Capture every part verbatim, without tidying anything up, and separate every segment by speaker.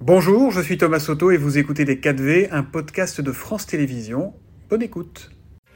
Speaker 1: Bonjour, je suis Thomas Soto et vous écoutez Les quatre V, un podcast de France Télévisions. Bonne écoute.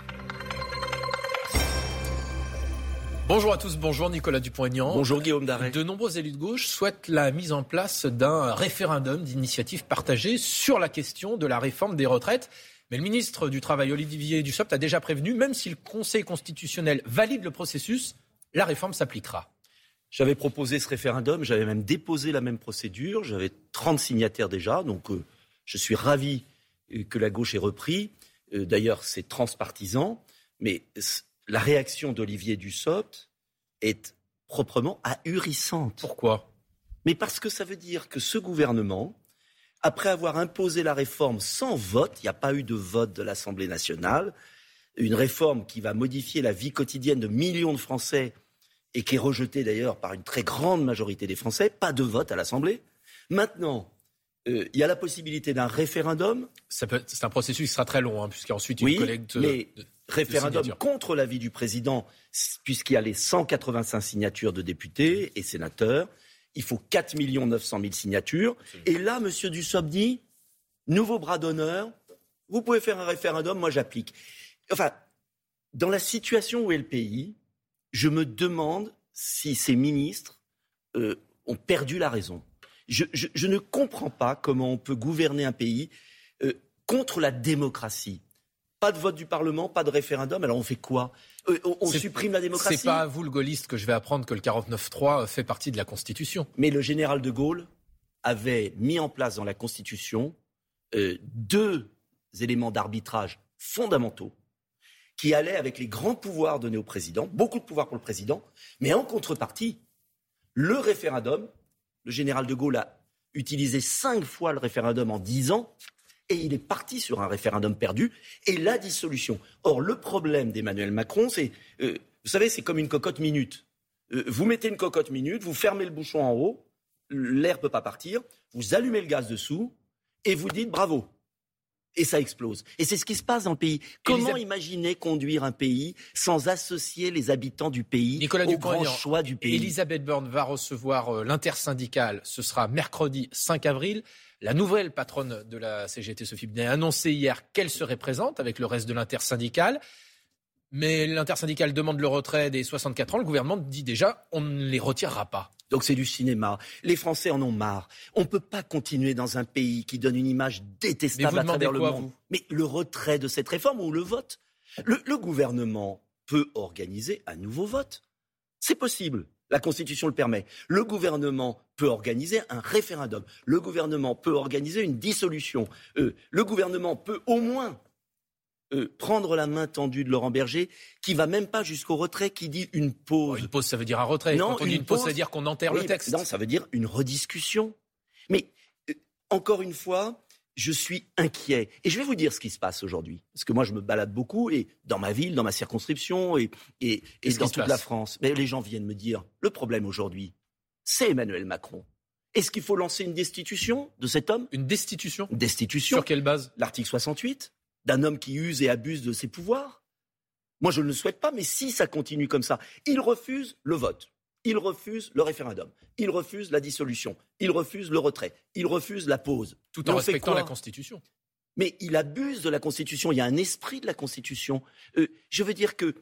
Speaker 2: Bonjour à tous, bonjour Nicolas Dupont-Aignan.
Speaker 3: Bonjour Guillaume Darey.
Speaker 2: De nombreux élus de gauche souhaitent la mise en place d'un référendum d'initiative partagée sur la question de la réforme des retraites. Mais le ministre du Travail, Olivier Dussopt, a déjà prévenu, même si le Conseil constitutionnel valide le processus, la réforme s'appliquera.
Speaker 3: J'avais proposé ce référendum, j'avais même déposé la même procédure, j'avais trente signataires déjà, donc euh, je suis ravi que la gauche ait repris. Euh, d'ailleurs, c'est transpartisan, mais la réaction d'Olivier Dussopt est proprement ahurissante.
Speaker 2: Pourquoi ?
Speaker 3: Mais parce que ça veut dire que ce gouvernement, après avoir imposé la réforme sans vote, il n'y a pas eu de vote de l'Assemblée nationale, une réforme qui va modifier la vie quotidienne de millions de Français et qui est rejetée d'ailleurs par une très grande majorité des Français, pas de vote à l'Assemblée. Maintenant, euh, il y a la possibilité d'un référendum.
Speaker 2: Ça peut, c'est un processus qui sera très long, hein, puisqu'il y a ensuite
Speaker 3: oui,
Speaker 2: une collecte
Speaker 3: mais
Speaker 2: de, de
Speaker 3: référendum
Speaker 2: signatures.
Speaker 3: contre l'avis du président, puisqu'il y a les cent quatre-vingt-cinq signatures de députés et sénateurs. Il faut quatre millions neuf cent mille signatures. Absolument. Et là, M. Dussopt dit, nouveau bras d'honneur, vous pouvez faire un référendum, moi j'applique. Enfin, dans la situation où est le pays, je me demande si ces ministres euh, ont perdu la raison. Je, je, je ne comprends pas comment on peut gouverner un pays euh, contre la démocratie. Pas de vote du Parlement, pas de référendum, alors on fait quoi ? euh, On, on supprime la démocratie ?
Speaker 2: C'est pas à vous, le gaulliste, que je vais apprendre que le quarante-neuf trois fait partie de la Constitution.
Speaker 3: Mais le général de Gaulle avait mis en place dans la Constitution euh, deux éléments d'arbitrage fondamentaux qui allaient avec les grands pouvoirs donnés au président, beaucoup de pouvoirs pour le président, mais en contrepartie, le référendum, le général de Gaulle a utilisé cinq fois le référendum en dix ans, et il est parti sur un référendum perdu, et la dissolution. Or, le problème d'Emmanuel Macron, c'est, euh, vous savez, c'est comme une cocotte minute. Euh, vous mettez une cocotte minute, vous fermez le bouchon en haut, l'air ne peut pas partir, vous allumez le gaz dessous, et vous dites bravo. Et ça explose. Et c'est ce qui se passe dans le pays. Comment Elisabeth... imaginer conduire un pays sans associer les habitants du pays
Speaker 2: Nicolas
Speaker 3: au grand choix du pays ?
Speaker 2: Elisabeth Borne va recevoir euh, l'intersyndicale. Ce sera mercredi cinq avril. La nouvelle patronne de la C G T, Sophie Binet, a annoncé hier qu'elle serait présente avec le reste de l'intersyndicale. Mais l'intersyndicale demande le retrait des soixante-quatre ans. Le gouvernement dit déjà on ne les retirera pas.
Speaker 3: Donc c'est du cinéma. Les Français en ont marre. On ne peut pas continuer dans un pays qui donne une image détestable à travers le
Speaker 2: quoi,
Speaker 3: monde.
Speaker 2: Vous
Speaker 3: Mais le retrait de cette réforme ou le vote. Le, le gouvernement peut organiser un nouveau vote. C'est possible. La Constitution le permet. Le gouvernement peut organiser un référendum. Le gouvernement peut organiser une dissolution. Euh, le gouvernement peut au moins Euh, prendre la main tendue de Laurent Berger, qui va même pas jusqu'au retrait, qui dit une pause.
Speaker 2: Une pause, ça veut dire un retrait.
Speaker 3: Non,
Speaker 2: Quand on dit une pause, pause, ça veut dire qu'on enterre
Speaker 3: oui,
Speaker 2: le texte.
Speaker 3: Non, ça veut dire une rediscussion. Mais, euh, encore une fois, je suis inquiet. Et je vais vous dire ce qui se passe aujourd'hui. Parce que moi, je me balade beaucoup, et dans ma ville, dans ma circonscription, et, et, et dans toute la France. Mais les gens viennent me dire, le problème aujourd'hui, c'est Emmanuel Macron. Est-ce qu'il faut lancer une destitution de cet homme ?
Speaker 2: Une destitution ?
Speaker 3: Une destitution.
Speaker 2: Sur quelle base ?
Speaker 3: L'article soixante-huit. D'un homme qui use et abuse de ses pouvoirs. Moi, je ne le souhaite pas, mais si ça continue comme ça, il refuse le vote, il refuse le référendum, il refuse la dissolution, il refuse le retrait, il refuse la pause.
Speaker 2: Tout en respectant la Constitution.
Speaker 3: Mais il abuse de la Constitution, il y a un esprit de la Constitution. Euh, je veux dire que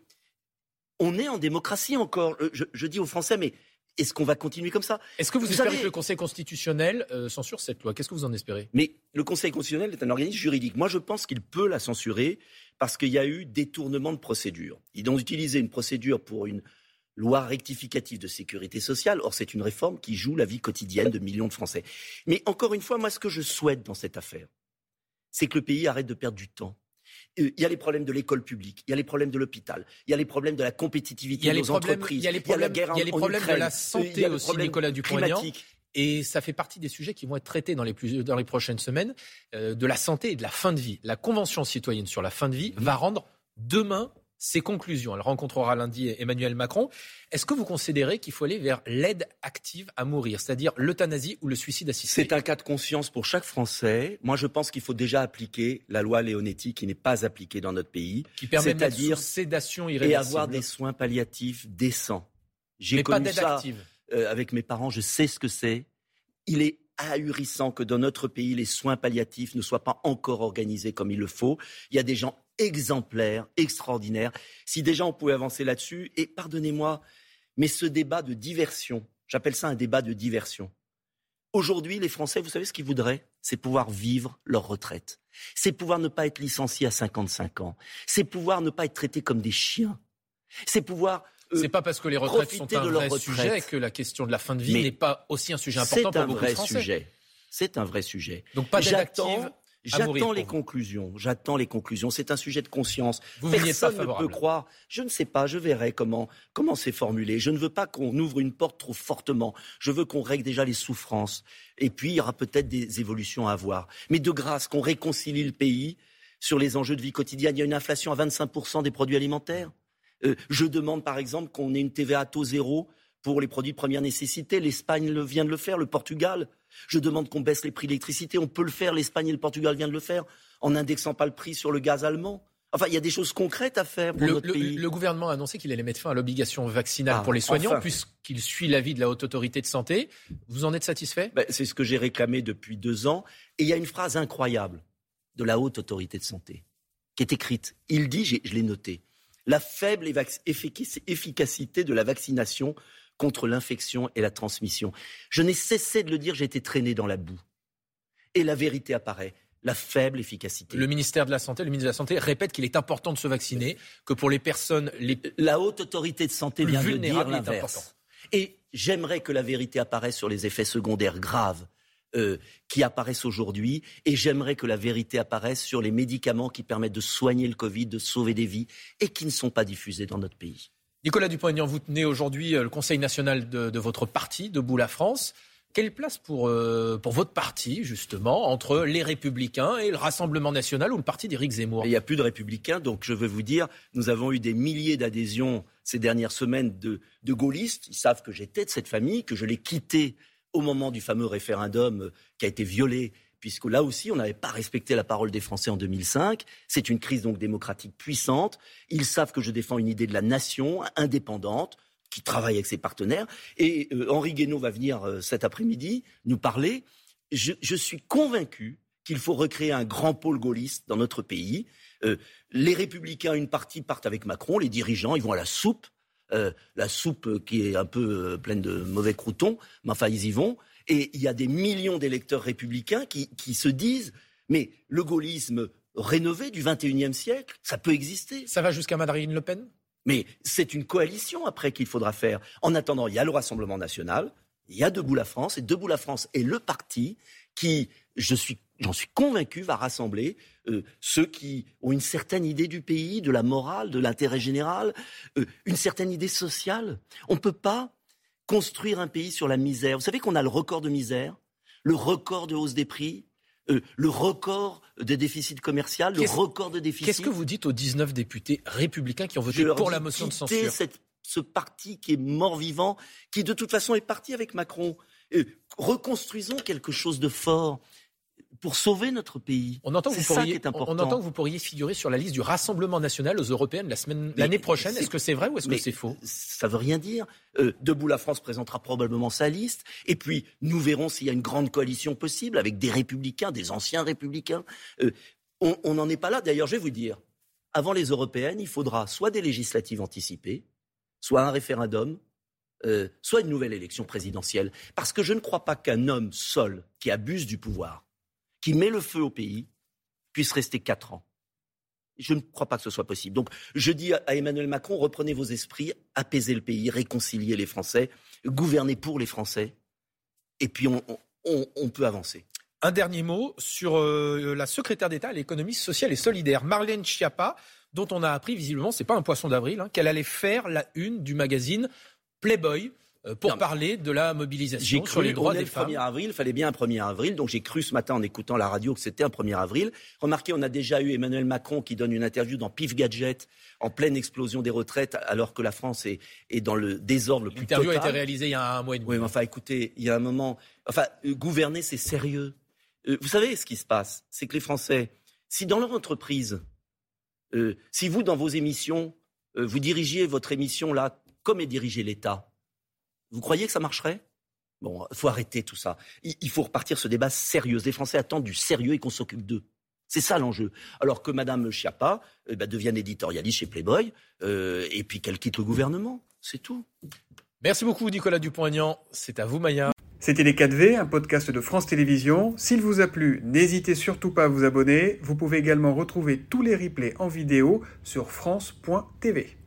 Speaker 3: on est en démocratie encore. Euh, je, je dis aux Français, mais est-ce qu'on va continuer comme ça ?
Speaker 2: Est-ce que vous, vous espérez savez... que le Conseil constitutionnel euh, censure cette loi ? Qu'est-ce que vous en espérez ?
Speaker 3: Mais le Conseil constitutionnel est un organisme juridique. Moi, je pense qu'il peut la censurer parce qu'il y a eu détournement de procédure. Ils ont utilisé une procédure pour une loi rectificative de sécurité sociale. Or, c'est une réforme qui joue la vie quotidienne de millions de Français. Mais encore une fois, moi, ce que je souhaite dans cette affaire, c'est que le pays arrête de perdre du temps. Il y a les problèmes de l'école publique, il y a les problèmes de l'hôpital, il y a les problèmes de la compétitivité de nos entreprises,
Speaker 2: il y a les problèmes,
Speaker 3: il y a la guerre
Speaker 2: il y a les
Speaker 3: en
Speaker 2: problèmes
Speaker 3: Ukraine,
Speaker 2: de la santé aussi, Nicolas Dupont-Aignan. Et ça fait partie des sujets qui vont être traités dans les, plus, dans les prochaines semaines, euh, de la santé et de la fin de vie. La Convention citoyenne sur la fin de vie mmh. va rendre demain ses conclusions. Elle rencontrera lundi Emmanuel Macron. Est-ce que vous considérez qu'il faut aller vers l'aide active à mourir, c'est-à-dire l'euthanasie ou le suicide assisté ?
Speaker 3: C'est un cas de conscience pour chaque Français. Moi, je pense qu'il faut déjà appliquer la loi Leonetti qui n'est pas appliquée dans notre pays.
Speaker 2: Qui permet de mettre
Speaker 3: c'est-à-dire
Speaker 2: sous sédation irréversible.
Speaker 3: Et avoir des soins palliatifs décents. J'ai
Speaker 2: Mais
Speaker 3: connu
Speaker 2: pas d'aide
Speaker 3: ça
Speaker 2: active.
Speaker 3: Euh, avec mes parents, je sais ce que c'est. Il est ahurissant que dans notre pays, les soins palliatifs ne soient pas encore organisés comme il le faut. Il y a des gens exemplaires, extraordinaires. Si déjà on pouvait avancer là-dessus, et pardonnez-moi, mais ce débat de diversion, j'appelle ça un débat de diversion. Aujourd'hui, les Français, vous savez ce qu'ils voudraient ? C'est pouvoir vivre leur retraite. C'est pouvoir ne pas être licencié à cinquante-cinq ans. C'est pouvoir ne pas être traité comme des chiens. C'est pouvoir... Euh,
Speaker 2: c'est pas parce que les retraites sont un vrai sujet que la question de la fin de vie Mais n'est pas aussi un sujet important pour beaucoup de Français.
Speaker 3: C'est un vrai sujet. C'est un vrai sujet.
Speaker 2: Donc pas d'aide active.
Speaker 3: J'attends les conclusions. J'attends les conclusions. C'est un sujet de conscience. Vous Personne ne peut croire. Je ne sais pas. Je verrai comment comment c'est formulé. Je ne veux pas qu'on ouvre une porte trop fortement. Je veux qu'on règle déjà les souffrances. Et puis il y aura peut-être des évolutions à avoir. Mais de grâce, qu'on réconcilie le pays sur les enjeux de vie quotidienne. Il y a une inflation à vingt-cinq pour cent des produits alimentaires. Euh, je demande par exemple qu'on ait une T V A à taux zéro pour les produits de première nécessité. L'Espagne le, vient de le faire, le Portugal. Je demande qu'on baisse les prix de l'électricité. On peut le faire, l'Espagne et le Portugal viennent de le faire, en n'indexant pas le prix sur le gaz allemand. Enfin, il y a des choses concrètes à faire pour
Speaker 2: le,
Speaker 3: notre
Speaker 2: le,
Speaker 3: pays.
Speaker 2: Le gouvernement a annoncé qu'il allait mettre fin à l'obligation vaccinale ah, pour les soignants, enfin. puisqu'il suit l'avis de la Haute Autorité de Santé. Vous en êtes satisfait ?
Speaker 3: ben, C'est ce que j'ai réclamé depuis deux ans. Et il y a une phrase incroyable de la Haute Autorité de Santé qui est écrite. Il dit, je l'ai noté, la faible efficacité de la vaccination contre l'infection et la transmission. Je n'ai cessé de le dire, j'ai été traîné dans la boue. Et la vérité apparaît, la faible efficacité.
Speaker 2: Le ministère de la Santé, le ministre de la Santé répète qu'il est important de se vacciner, que pour les personnes... Les...
Speaker 3: La Haute Autorité de Santé vient de dire l'inverse. Et j'aimerais que la vérité apparaisse sur les effets secondaires graves euh, qui apparaissent aujourd'hui, et j'aimerais que la vérité apparaisse sur les médicaments qui permettent de soigner le Covid, de sauver des vies, et qui ne sont pas diffusés dans notre pays.
Speaker 2: Nicolas Dupont-Aignan, vous tenez aujourd'hui le Conseil national de, de votre parti, Debout la France. Quelle place pour, euh, pour votre parti, justement, entre les Républicains et le Rassemblement national ou le parti d'Éric Zemmour ?
Speaker 3: Il n'y a plus de Républicains, donc je veux vous dire, nous avons eu des milliers d'adhésions ces dernières semaines de, de gaullistes. Ils savent que j'étais de cette famille, que je l'ai quitté au moment du fameux référendum qui a été violé, puisque là aussi, on n'avait pas respecté la parole des Français en deux mille cinq. C'est une crise donc démocratique puissante. Ils savent que je défends une idée de la nation indépendante, qui travaille avec ses partenaires. Et euh, Henri Guénaud va venir euh, cet après-midi nous parler. Je, je suis convaincu qu'il faut recréer un grand pôle gaulliste dans notre pays. Euh, les Républicains, une partie, partent avec Macron. Les dirigeants, ils vont à la soupe. Euh, la soupe qui est un peu euh, pleine de mauvais croûtons. Mais enfin, ils y vont. Et il y a des millions d'électeurs républicains qui, qui se disent « Mais le gaullisme rénové du vingt et unième siècle, ça peut exister. »
Speaker 2: Ça va jusqu'à Marine Le Pen ?
Speaker 3: Mais c'est une coalition après qu'il faudra faire. En attendant, il y a le Rassemblement national, il y a Debout la France, et Debout la France est le parti qui, je suis, j'en suis convaincu, va rassembler euh, ceux qui ont une certaine idée du pays, de la morale, de l'intérêt général, euh, une certaine idée sociale. On ne peut pas construire un pays sur la misère. Vous savez qu'on a le record de misère, le record de hausse des prix, euh, le record de déficit commercial, le
Speaker 2: qu'est-ce,
Speaker 3: record de déficit.
Speaker 2: Qu'est-ce que vous dites aux dix-neuf députés républicains qui ont voté pour la motion de censure ?
Speaker 3: Cette, ce parti qui est mort-vivant, qui de toute façon est parti avec Macron. Euh, reconstruisons quelque chose de fort pour sauver notre pays.
Speaker 2: On entend, que
Speaker 3: c'est
Speaker 2: vous pourriez,
Speaker 3: ça qui est important.
Speaker 2: On entend que vous pourriez figurer sur la liste du Rassemblement national aux européennes la semaine, mais l'année prochaine. C'est, est-ce que c'est vrai ou est-ce que c'est faux ?
Speaker 3: Ça ne veut rien dire. Euh, Debout la France présentera probablement sa liste. Et puis, nous verrons s'il y a une grande coalition possible avec des républicains, des anciens républicains. Euh, on n'en est pas là. D'ailleurs, je vais vous dire, avant les européennes, il faudra soit des législatives anticipées, soit un référendum, euh, soit une nouvelle élection présidentielle. Parce que je ne crois pas qu'un homme seul qui abuse du pouvoir, qui met le feu au pays, puisse rester quatre ans. Je ne crois pas que ce soit possible. Donc, je dis à Emmanuel Macron, reprenez vos esprits, apaisez le pays, réconciliez les Français, gouvernez pour les Français, et puis on, on, on peut avancer.
Speaker 2: Un dernier mot sur euh, la secrétaire d'État à l'économie sociale et solidaire, Marlène Schiappa, dont on a appris, visiblement, c'est pas un poisson d'avril, hein, qu'elle allait faire la une du magazine Playboy, pour non, parler de la mobilisation
Speaker 3: j'ai cru,
Speaker 2: sur les droits des femmes.
Speaker 3: Le premier avril, il fallait bien un premier avril, donc j'ai cru ce matin en écoutant la radio que c'était un premier avril. Remarquez, on a déjà eu Emmanuel Macron qui donne une interview dans Pif Gadget en pleine explosion des retraites alors que la France est, est dans le désordre le plus total.
Speaker 2: L'interview a été réalisée il y a un mois et demi.
Speaker 3: Oui, mais enfin écoutez, il y a un moment... Enfin, euh, gouverner, c'est sérieux. Euh, vous savez ce qui se passe, c'est que les Français, si dans leur entreprise, euh, si vous, dans vos émissions, euh, vous dirigiez votre émission là, comme est dirigé l'État, vous croyez que ça marcherait ? Bon, il faut arrêter tout ça. Il, il faut repartir ce débat sérieux. Les Français attendent du sérieux et qu'on s'occupe d'eux. C'est ça l'enjeu. Alors que Mme Schiappa eh ben, devienne éditorialiste chez Playboy euh, et puis qu'elle quitte le gouvernement. C'est tout.
Speaker 2: Merci beaucoup Nicolas Dupont-Aignan. C'est à vous Maya.
Speaker 1: C'était Les quatre V, un podcast de France Télévisions. S'il vous a plu, n'hésitez surtout pas à vous abonner. Vous pouvez également retrouver tous les replays en vidéo sur France point T V.